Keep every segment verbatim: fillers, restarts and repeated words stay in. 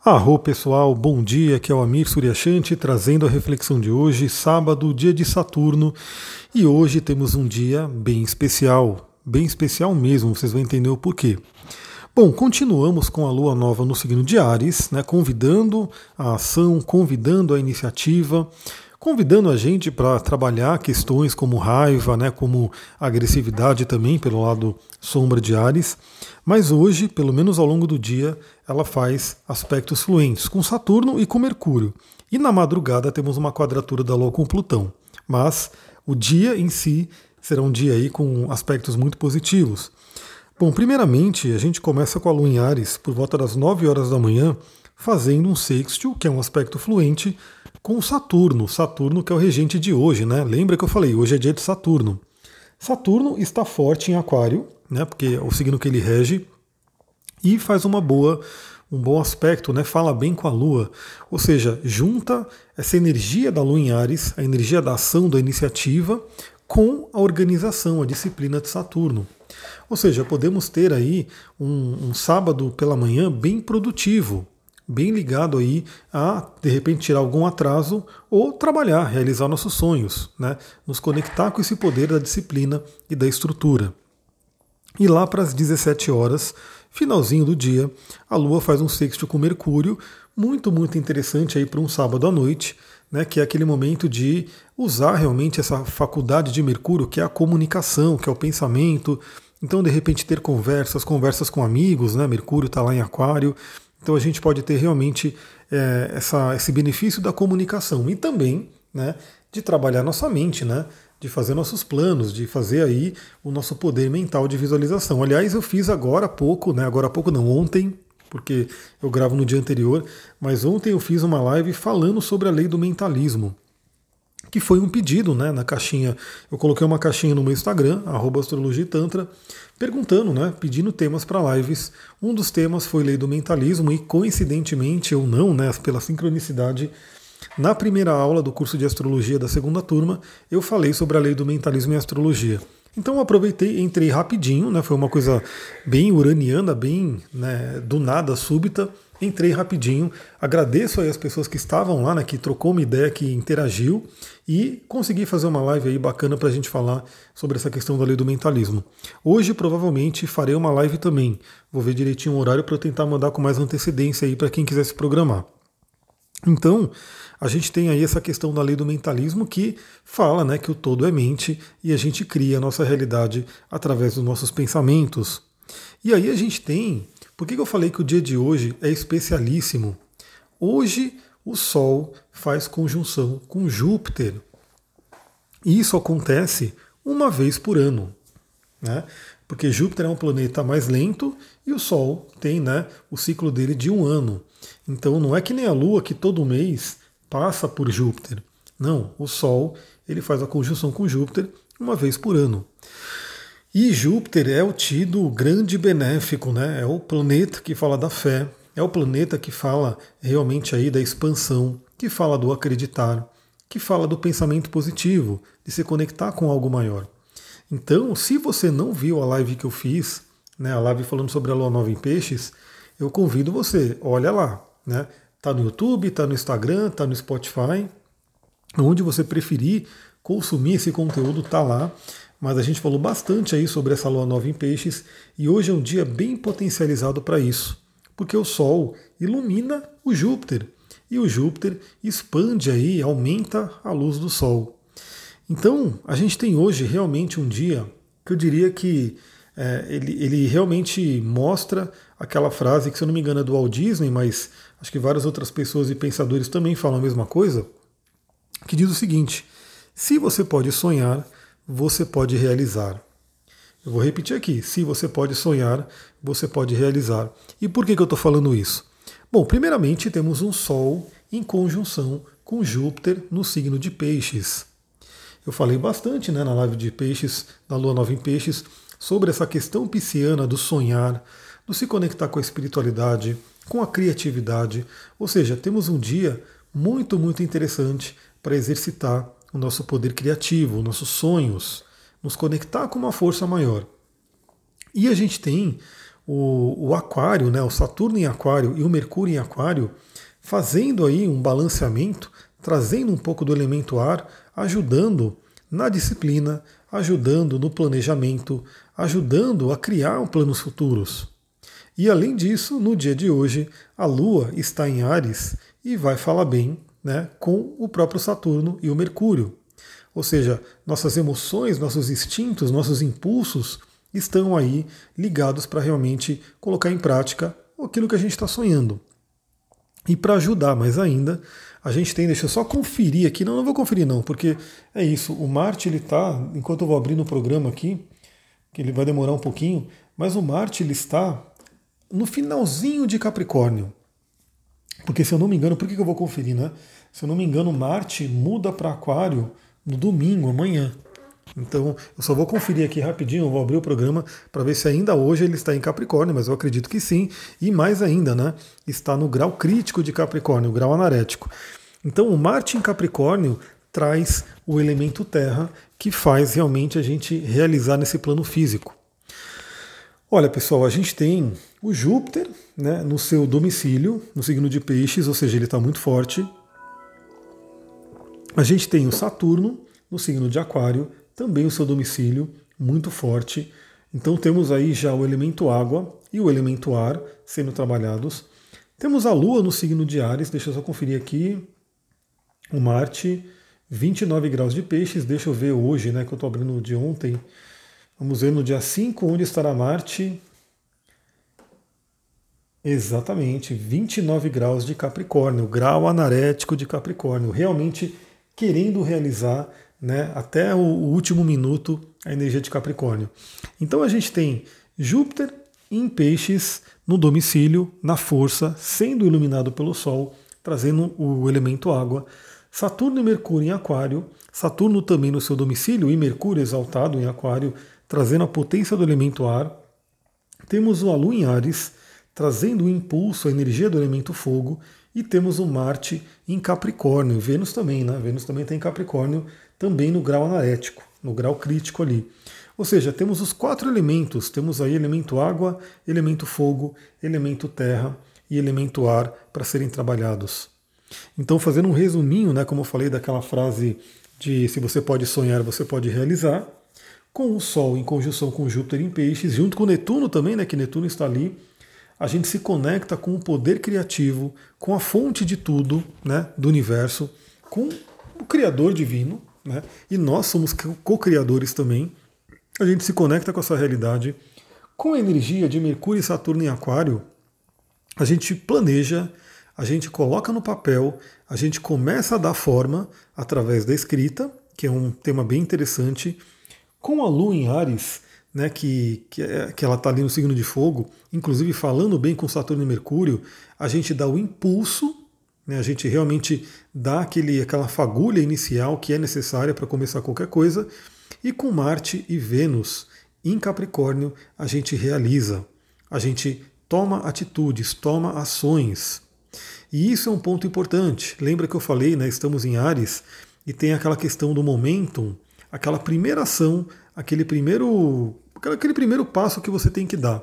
Arro pessoal, bom dia, aqui é o Amir Suryashanti trazendo a reflexão de hoje, sábado, dia de Saturno, e hoje temos um dia bem especial, bem especial mesmo, vocês vão entender o porquê. Bom, continuamos com a lua nova no signo de Áries, né, convidando a ação, convidando a iniciativa, convidando a gente para trabalhar questões como raiva, né, como agressividade também pelo lado sombra de Áries. Mas hoje, pelo menos ao longo do dia, ela faz aspectos fluentes com Saturno e com Mercúrio. E na madrugada temos uma quadratura da Lua com Plutão. Mas o dia em si será um dia aí com aspectos muito positivos. Bom, primeiramente a gente começa com a Lua em Áries por volta das nove horas da manhã, fazendo um sextil, que é um aspecto fluente, com Saturno. Saturno que é o regente de hoje, né? Lembra que eu falei, hoje é dia de Saturno. Saturno está forte em Aquário, né? Porque é o signo que ele rege, e faz uma boa, um bom aspecto, né? Fala bem com a Lua. Ou seja, junta essa energia da Lua em Áries, a energia da ação, da iniciativa, com a organização, a disciplina de Saturno. Ou seja, podemos ter aí um, um sábado pela manhã bem produtivo, bem ligado aí a, de repente, tirar algum atraso ou trabalhar, realizar nossos sonhos, né? Nos conectar com esse poder da disciplina e da estrutura. E lá para as dezessete horas, finalzinho do dia, a Lua faz um sextil com Mercúrio, muito, muito interessante aí para um sábado à noite, né, que é aquele momento de usar realmente essa faculdade de Mercúrio, que é a comunicação, que é o pensamento. Então, de repente, ter conversas, conversas com amigos, né? Mercúrio está lá em Aquário. Então, a gente pode ter realmente é, essa, esse benefício da comunicação e também, né, de trabalhar nossa mente, né? De fazer nossos planos, de fazer aí o nosso poder mental de visualização. Aliás, eu fiz agora há pouco, né? Agora há pouco não, ontem, porque eu gravo no dia anterior, mas ontem eu fiz uma live falando sobre a lei do mentalismo, que foi um pedido, né, na caixinha. Eu coloquei uma caixinha no meu Instagram, arroba astrologia e tantra, perguntando, né, pedindo temas para lives. Um dos temas foi lei do mentalismo e, coincidentemente ou não, né, pela sincronicidade, na primeira aula do curso de astrologia da segunda turma, eu falei sobre a lei do mentalismo e astrologia. Então eu aproveitei, entrei rapidinho, né, foi uma coisa bem uraniana, bem, né, do nada, súbita. Entrei rapidinho, agradeço aí as pessoas que estavam lá, né, que trocou uma ideia, que interagiu, e consegui fazer uma live aí bacana para a gente falar sobre essa questão da lei do mentalismo. Hoje provavelmente farei uma live também, vou ver direitinho o horário para eu tentar mandar com mais antecedência aí para quem quiser se programar. Então, a gente tem aí essa questão da lei do mentalismo que fala, né, que o todo é mente e a gente cria a nossa realidade através dos nossos pensamentos. E aí a gente tem... Por que eu falei que o dia de hoje é especialíssimo? Hoje o Sol faz conjunção com Júpiter. E isso acontece uma vez por ano, né? Porque Júpiter é um planeta mais lento e o Sol tem, né, o ciclo dele de um ano. Então não é que nem a Lua que todo mês passa por Júpiter. Não, o Sol ele faz a conjunção com Júpiter uma vez por ano. E Júpiter é o tido grande benéfico, né? É o planeta que fala da fé, é o planeta que fala realmente aí da expansão, que fala do acreditar, que fala do pensamento positivo, de se conectar com algo maior. Então, se você não viu a live que eu fiz, né, a live falando sobre a Lua Nova em Peixes, eu convido você, olha lá, né? Tá no YouTube, tá no Instagram, tá no Spotify, onde você preferir consumir esse conteúdo, tá lá. Mas a gente falou bastante aí sobre essa Lua Nova em Peixes e hoje é um dia bem potencializado para isso, porque o Sol ilumina o Júpiter e o Júpiter expande aí, aumenta a luz do Sol. Então a gente tem hoje realmente um dia que eu diria que é, ele, ele realmente mostra aquela frase que, se eu não me engano, é do Walt Disney, mas acho que várias outras pessoas e pensadores também falam a mesma coisa, que diz o seguinte: se você pode sonhar, você pode realizar. Eu vou repetir aqui, se você pode sonhar, você pode realizar. E por que, que eu estou falando isso? Bom, primeiramente temos um Sol em conjunção com Júpiter no signo de Peixes. Eu falei bastante, né, na live de Peixes, da Lua Nova em Peixes, sobre essa questão pisciana do sonhar, do se conectar com a espiritualidade, com a criatividade. Ou seja, temos um dia muito, muito interessante para exercitar o nosso poder criativo, nossos sonhos, nos conectar com uma força maior. E a gente tem o, o Aquário, né, o Saturno em Aquário e o Mercúrio em Aquário, fazendo aí um balanceamento, trazendo um pouco do elemento ar, ajudando na disciplina, ajudando no planejamento, ajudando a criar planos futuros. E além disso, no dia de hoje, a Lua está em Áries e vai falar bem, né, com o próprio Saturno e o Mercúrio. Ou seja, nossas emoções, nossos instintos, nossos impulsos estão aí ligados para realmente colocar em prática aquilo que a gente está sonhando. E para ajudar mais ainda, a gente tem, deixa eu só conferir aqui, não, não vou conferir não, porque é isso, o Marte ele está, enquanto eu vou abrindo o programa aqui, que ele vai demorar um pouquinho, mas o Marte ele está no finalzinho de Capricórnio. Porque se eu não me engano, por que eu vou conferir, né? Se eu não me engano, Marte muda para Aquário no domingo, amanhã. Então, eu só vou conferir aqui rapidinho, eu vou abrir o programa para ver se ainda hoje ele está em Capricórnio, mas eu acredito que sim. E mais ainda, né? Está no grau crítico de Capricórnio, o grau anarético. Então, o Marte em Capricórnio traz o elemento terra que faz realmente a gente realizar nesse plano físico. Olha, pessoal, a gente tem o Júpiter, né, no seu domicílio, no signo de Peixes, ou seja, ele está muito forte. A gente tem o Saturno no signo de Aquário, também o seu domicílio, muito forte. Então temos aí já o elemento água e o elemento ar sendo trabalhados. Temos a Lua no signo de Áries, deixa eu só conferir aqui. O Marte, vinte e nove graus de Peixes, deixa eu ver hoje, né, que eu estou abrindo de ontem. Vamos ver no dia cinco onde estará Marte. Exatamente, vinte e nove graus de Capricórnio, grau anarético de Capricórnio, realmente querendo realizar, né, até o último minuto a energia de Capricórnio. Então a gente tem Júpiter em Peixes no domicílio, na força, sendo iluminado pelo Sol, trazendo o elemento água. Saturno e Mercúrio em Aquário, Saturno também no seu domicílio e Mercúrio exaltado em Aquário, trazendo a potência do elemento ar. Temos o Lua em Áries, trazendo o impulso, a energia do elemento fogo, e temos o Marte em Capricórnio, Vênus também, né? Vênus também está em Capricórnio, também no grau anarético, no grau crítico ali. Ou seja, temos os quatro elementos, temos aí elemento água, elemento fogo, elemento terra e elemento ar para serem trabalhados. Então, fazendo um resuminho, né, como eu falei daquela frase de se você pode sonhar, você pode realizar, com o Sol em conjunção com Júpiter em Peixes, junto com Netuno também, né, que Netuno está ali, a gente se conecta com o poder criativo, com a fonte de tudo, né, do universo, com o Criador divino, né, e nós somos co-criadores também. A gente se conecta com essa realidade. Com a energia de Mercúrio e Saturno em Aquário, a gente planeja, a gente coloca no papel, a gente começa a dar forma através da escrita, que é um tema bem interessante. Com a Lua em Áries, né, que, que, é, que ela está ali no signo de fogo, inclusive falando bem com Saturno e Mercúrio, a gente dá o impulso, né, a gente realmente dá aquele, aquela fagulha inicial que é necessária para começar qualquer coisa, e com Marte e Vênus em Capricórnio a gente realiza, a gente toma atitudes, toma ações. E isso é um ponto importante. Lembra que eu falei, né, estamos em Áries, e tem aquela questão do momentum, aquela primeira ação, aquele primeiro, aquele primeiro passo que você tem que dar.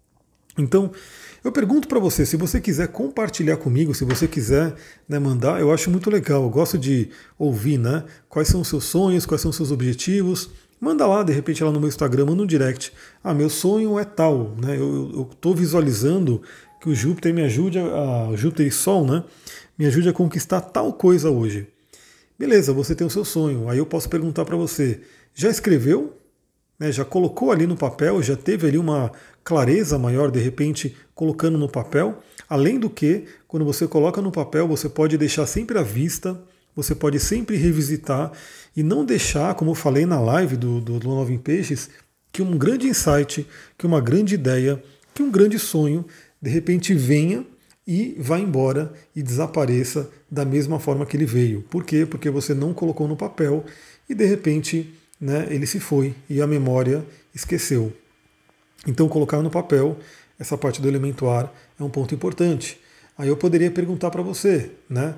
Então, eu pergunto para você, se você quiser compartilhar comigo, se você quiser, né, mandar, eu acho muito legal, eu gosto de ouvir, né, quais são os seus sonhos, quais são os seus objetivos. Manda lá, de repente, lá no meu Instagram, manda um direct. Ah, meu sonho é tal, né, eu estou visualizando que o Júpiter me ajude, a, a Júpiter e Sol, né, me ajude a conquistar tal coisa hoje. Beleza, você tem o seu sonho. Aí eu posso perguntar para você, já escreveu? Né, já colocou ali no papel? Já teve ali uma clareza maior, de repente, colocando no papel? Além do que, quando você coloca no papel, você pode deixar sempre à vista, você pode sempre revisitar e não deixar, como eu falei na live do, do Lua Nova em Peixes, que um grande insight, que uma grande ideia, que um grande sonho, de repente venha e vá embora e desapareça da mesma forma que ele veio. Por quê? Porque você não colocou no papel e de repente, né, ele se foi e a memória esqueceu. Então colocar no papel essa parte do elemento ar é um ponto importante. Aí eu poderia perguntar para você, né,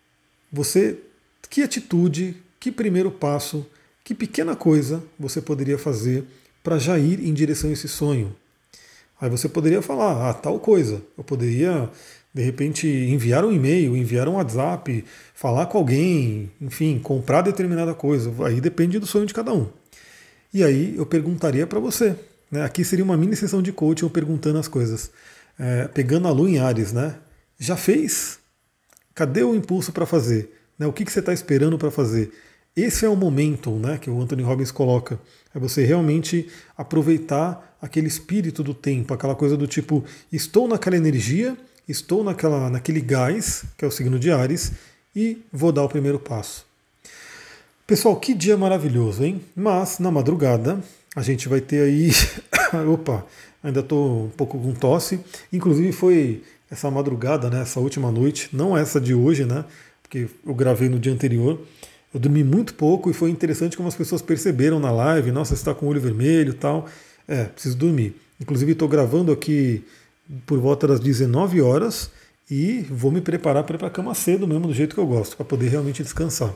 você, que atitude, que primeiro passo, que pequena coisa você poderia fazer para já ir em direção a esse sonho? Aí você poderia falar, ah, tal coisa. Eu poderia, de repente, enviar um e-mail, enviar um WhatsApp, falar com alguém, enfim, comprar determinada coisa. Aí depende do sonho de cada um. E aí eu perguntaria para você, né? Aqui seria uma mini sessão de coaching, eu perguntando as coisas. É, pegando a lua em Áries, né? Já fez? Cadê o impulso para fazer? Né? O que, que você está esperando para fazer? Esse é o momento, né, que o Anthony Robbins coloca. É você realmente aproveitar aquele espírito do tempo, aquela coisa do tipo, estou naquela energia, estou naquela, naquele gás, que é o signo de Áries, e vou dar o primeiro passo. Pessoal, que dia maravilhoso, hein? Mas, na madrugada, a gente vai ter aí... Opa, ainda estou um pouco com tosse. Inclusive foi essa madrugada, né, essa última noite, não essa de hoje, né, porque eu gravei no dia anterior. Eu dormi muito pouco e foi interessante como as pessoas perceberam na live, nossa, você está com o olho vermelho e tal. É, preciso dormir. Inclusive estou gravando aqui por volta das dezenove horas e vou me preparar para ir para a cama cedo mesmo, do jeito que eu gosto, para poder realmente descansar.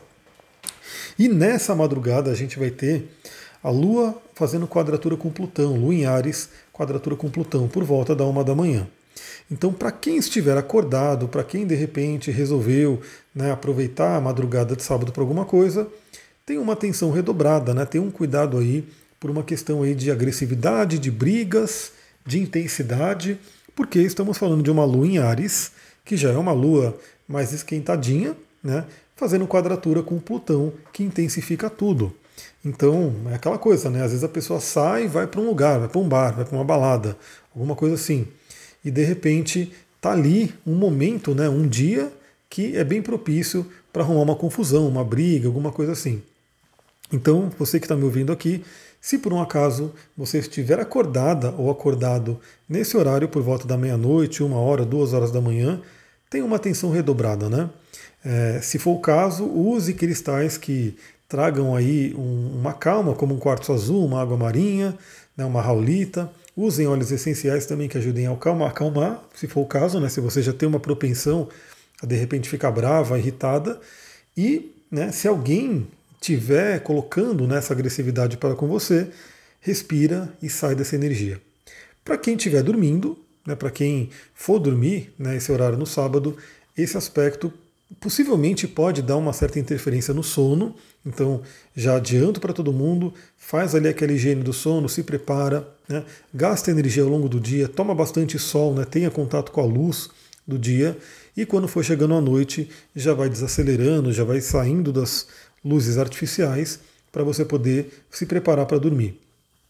E nessa madrugada a gente vai ter a Lua fazendo quadratura com Plutão, Lua em Áries, quadratura com Plutão, por volta da uma da manhã. Então, para quem estiver acordado, para quem de repente resolveu, né, aproveitar a madrugada de sábado para alguma coisa, tem uma atenção redobrada, né, tem um cuidado aí por uma questão aí de agressividade, de brigas, de intensidade, porque estamos falando de uma lua em Áries, que já é uma lua mais esquentadinha, né, fazendo quadratura com Plutão, que intensifica tudo. Então, é aquela coisa, né, às vezes a pessoa sai e vai para um lugar, vai para um bar, vai para uma balada, alguma coisa assim. E de repente está ali um momento, né, um dia que é bem propício para arrumar uma confusão, uma briga, alguma coisa assim. Então, você que está me ouvindo aqui, se por um acaso você estiver acordada ou acordado nesse horário por volta da meia-noite, uma hora, duas horas da manhã, tenha uma atenção redobrada, né? É, se for o caso, use cristais que tragam aí um, uma calma, como um quartzo azul, uma água marinha, né, uma raulita. Usem óleos essenciais também que ajudem a acalmar, acalmar, se for o caso, né, se você já tem uma propensão a de repente ficar brava, irritada. E, né, se alguém estiver colocando, né, essa agressividade para com você, respira e sai dessa energia. Para quem estiver dormindo, né, para quem for dormir, né, esse horário no sábado, esse aspecto possivelmente pode dar uma certa interferência no sono. Então já adianto para todo mundo, faz ali aquela higiene do sono, se prepara, né, gasta energia ao longo do dia, toma bastante sol, né, tenha contato com a luz do dia e quando for chegando à noite já vai desacelerando, já vai saindo das luzes artificiais para você poder se preparar para dormir.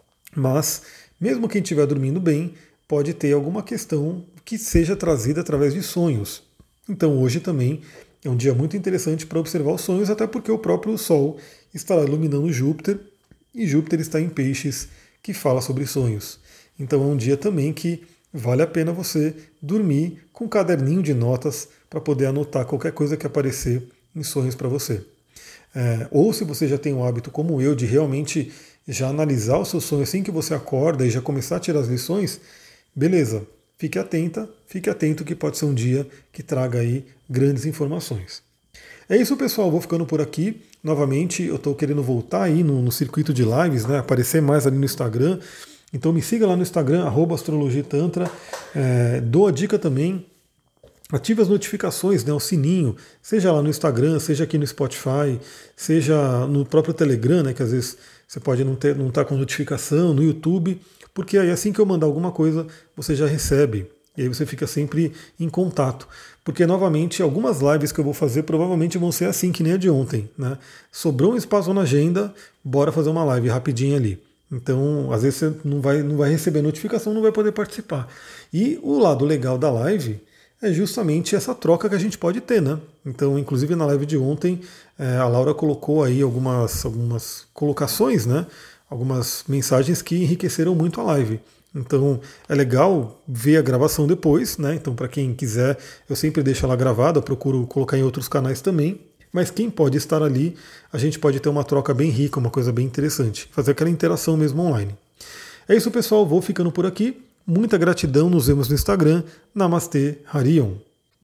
Mas mesmo quem estiver dormindo bem, pode ter alguma questão que seja trazida através de sonhos. Então hoje também é um dia muito interessante para observar os sonhos, até porque o próprio Sol estará iluminando Júpiter, e Júpiter está em Peixes, que fala sobre sonhos. Então é um dia também que vale a pena você dormir com um caderninho de notas para poder anotar qualquer coisa que aparecer em sonhos para você. É, ou se você já tem um hábito como eu de realmente já analisar o seu sonho assim que você acorda e já começar a tirar as lições, beleza. Fique atenta, fique atento que pode ser um dia que traga aí grandes informações. É isso, pessoal, vou ficando por aqui. Novamente, eu estou querendo voltar aí no, no circuito de lives, né, aparecer mais ali no Instagram. Então me siga lá no Instagram, arroba astrologitantra. É, dou a dica também, ative as notificações, né, o sininho, seja lá no Instagram, seja aqui no Spotify, seja no próprio Telegram, né, que às vezes você pode não estar não tá com notificação, no YouTube, porque aí assim que eu mandar alguma coisa, você já recebe. E aí você fica sempre em contato. Porque, novamente, algumas lives que eu vou fazer provavelmente vão ser assim, que nem a de ontem, né? Sobrou um espaço na agenda, bora fazer uma live rapidinho ali. Então, às vezes você não vai, não vai receber notificação, não vai poder participar. E o lado legal da live é justamente essa troca que a gente pode ter, né? Então, inclusive na live de ontem, a Laura colocou aí algumas, algumas colocações, né? Algumas mensagens que enriqueceram muito a live. Então é legal ver a gravação depois, né? Então para quem quiser, eu sempre deixo ela gravada, eu procuro colocar em outros canais também. Mas quem pode estar ali, a gente pode ter uma troca bem rica, uma coisa bem interessante. Fazer aquela interação mesmo online. É isso, pessoal. Vou ficando por aqui. Muita gratidão. Nos vemos no Instagram. Namastê, Harion.